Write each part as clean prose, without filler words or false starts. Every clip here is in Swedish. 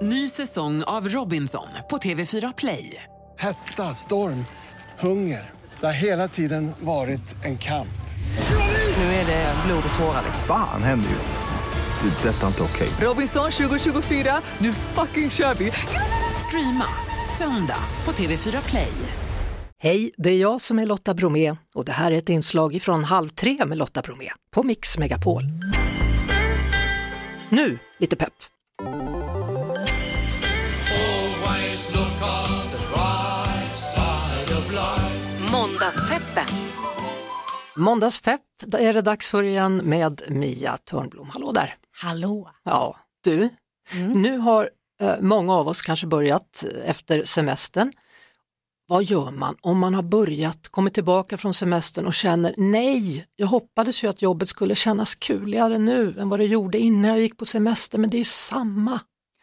Ny säsong av Robinson på TV4 Play. Hetta, storm, hunger. Det har hela tiden varit en kamp. Nu är det blod och tårar. Fan händer just nu. Det. Detta är inte okej. Robinson 2024, nu fucking kör vi. Streama söndag på TV4 Play. Hej, det är jag som är Lotta Bromé och det här är ett inslag från 2:30 med Lotta Bromé på Mix Megapol. Nu, lite pepp. Måndagspeppen. Måndagspepp, då är det dags för igen med Mia Törnblom. Hallå där. Hallå. Ja, du. Nu har många av oss kanske börjat efter semestern. Vad gör man om man har börjat, kommit tillbaka från semestern och känner nej, jag hoppades ju att jobbet skulle kännas kuligare nu än vad det gjorde innan jag gick på semester, men det är ju samma.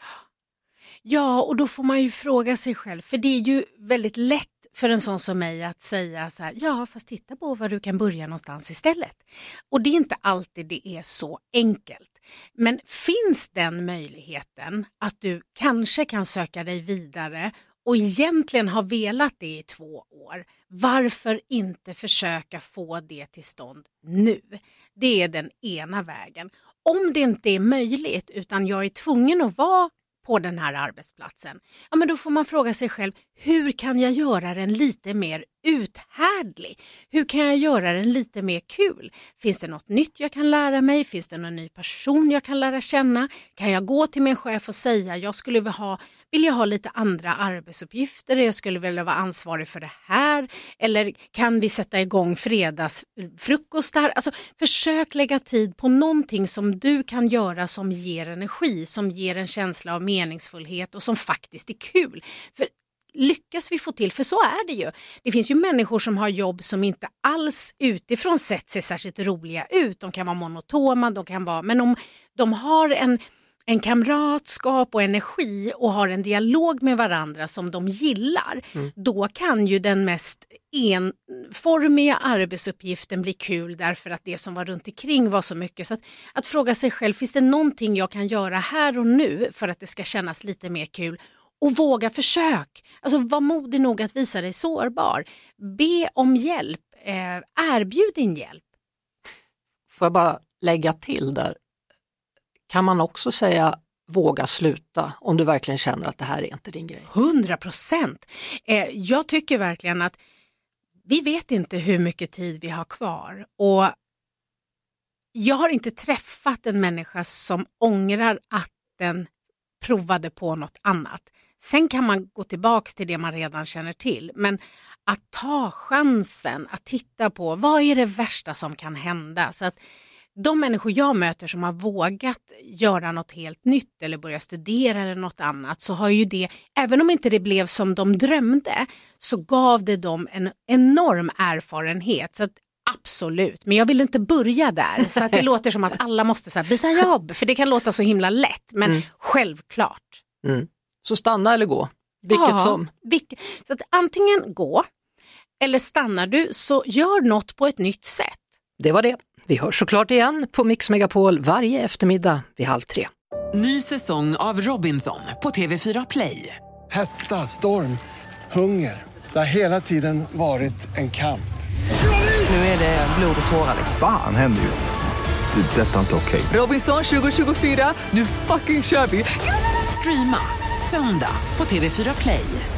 Ja, och då får man ju fråga sig själv, för det är ju väldigt lätt för en sån som mig att säga så här, ja fast titta på var du kan börja någonstans istället. Och det är inte alltid det är så enkelt. Men finns den möjligheten att du kanske kan söka dig vidare och egentligen har velat det i 2 år, varför inte försöka få det till stånd nu? Det är den ena vägen. Om det inte är möjligt utan jag är tvungen att vara på den här arbetsplatsen, ja men då får man fråga sig själv, hur kan jag göra den lite mer uthärdlig? Hur kan jag göra den lite mer kul? Finns det något nytt jag kan lära mig? Finns det någon ny person jag kan lära känna? Kan jag gå till min chef och säga, jag skulle vilja ha lite andra arbetsuppgifter, jag skulle vilja vara ansvarig för det här, eller kan vi sätta igång fredagsfrukostar? Alltså försök lägga tid på någonting som du kan göra som ger energi, som ger en känsla av meningsfullhet och som faktiskt är kul. För lyckas vi få till, för så är det ju. Det finns ju människor som har jobb som inte alls utifrån sett ser särskilt roliga ut. De kan vara monotoma, men om de har en kamratskap och energi och har en dialog med varandra som de gillar, då kan ju den mest enformiga arbetsuppgiften bli kul därför att det som var runt omkring var så mycket. Så att fråga sig själv, finns det någonting jag kan göra här och nu för att det ska kännas lite mer kul? Och våga försök. Alltså var modig nog att visa dig sårbar. Be om hjälp. Erbjud din hjälp. Får jag bara lägga till där. Kan man också säga våga sluta om du verkligen känner att det här är inte din grej? 100%. Jag tycker verkligen att vi vet inte hur mycket tid vi har kvar. Och jag har inte träffat en människa som ångrar att den provade på något annat. Sen kan man gå tillbaka till det man redan känner till. Men att ta chansen, att titta på vad är det värsta som kan hända. Så att de människor jag möter som har vågat göra något helt nytt eller börja studera eller något annat, så har ju det, även om inte det blev som de drömde, så gav det dem en enorm erfarenhet. Så att absolut, men jag vill inte börja där så att det låter som att alla måste så här byta jobb, för det kan låta så himla lätt, men självklart. Så stanna eller gå? Vilket som? Så att antingen gå eller stannar du, så gör något på ett nytt sätt. Det var det. Vi hörs såklart igen på Mix Megapol varje eftermiddag vid 2:30. Ny säsong av Robinson på TV4 Play. Hetta, storm, hunger. Det har hela tiden varit en kamp. Nu är det blod och tårar. Fan händer just nu. Det. Detta är inte okej. Robinson 2024, nu fucking kör vi. Streama söndag på TV4 Play.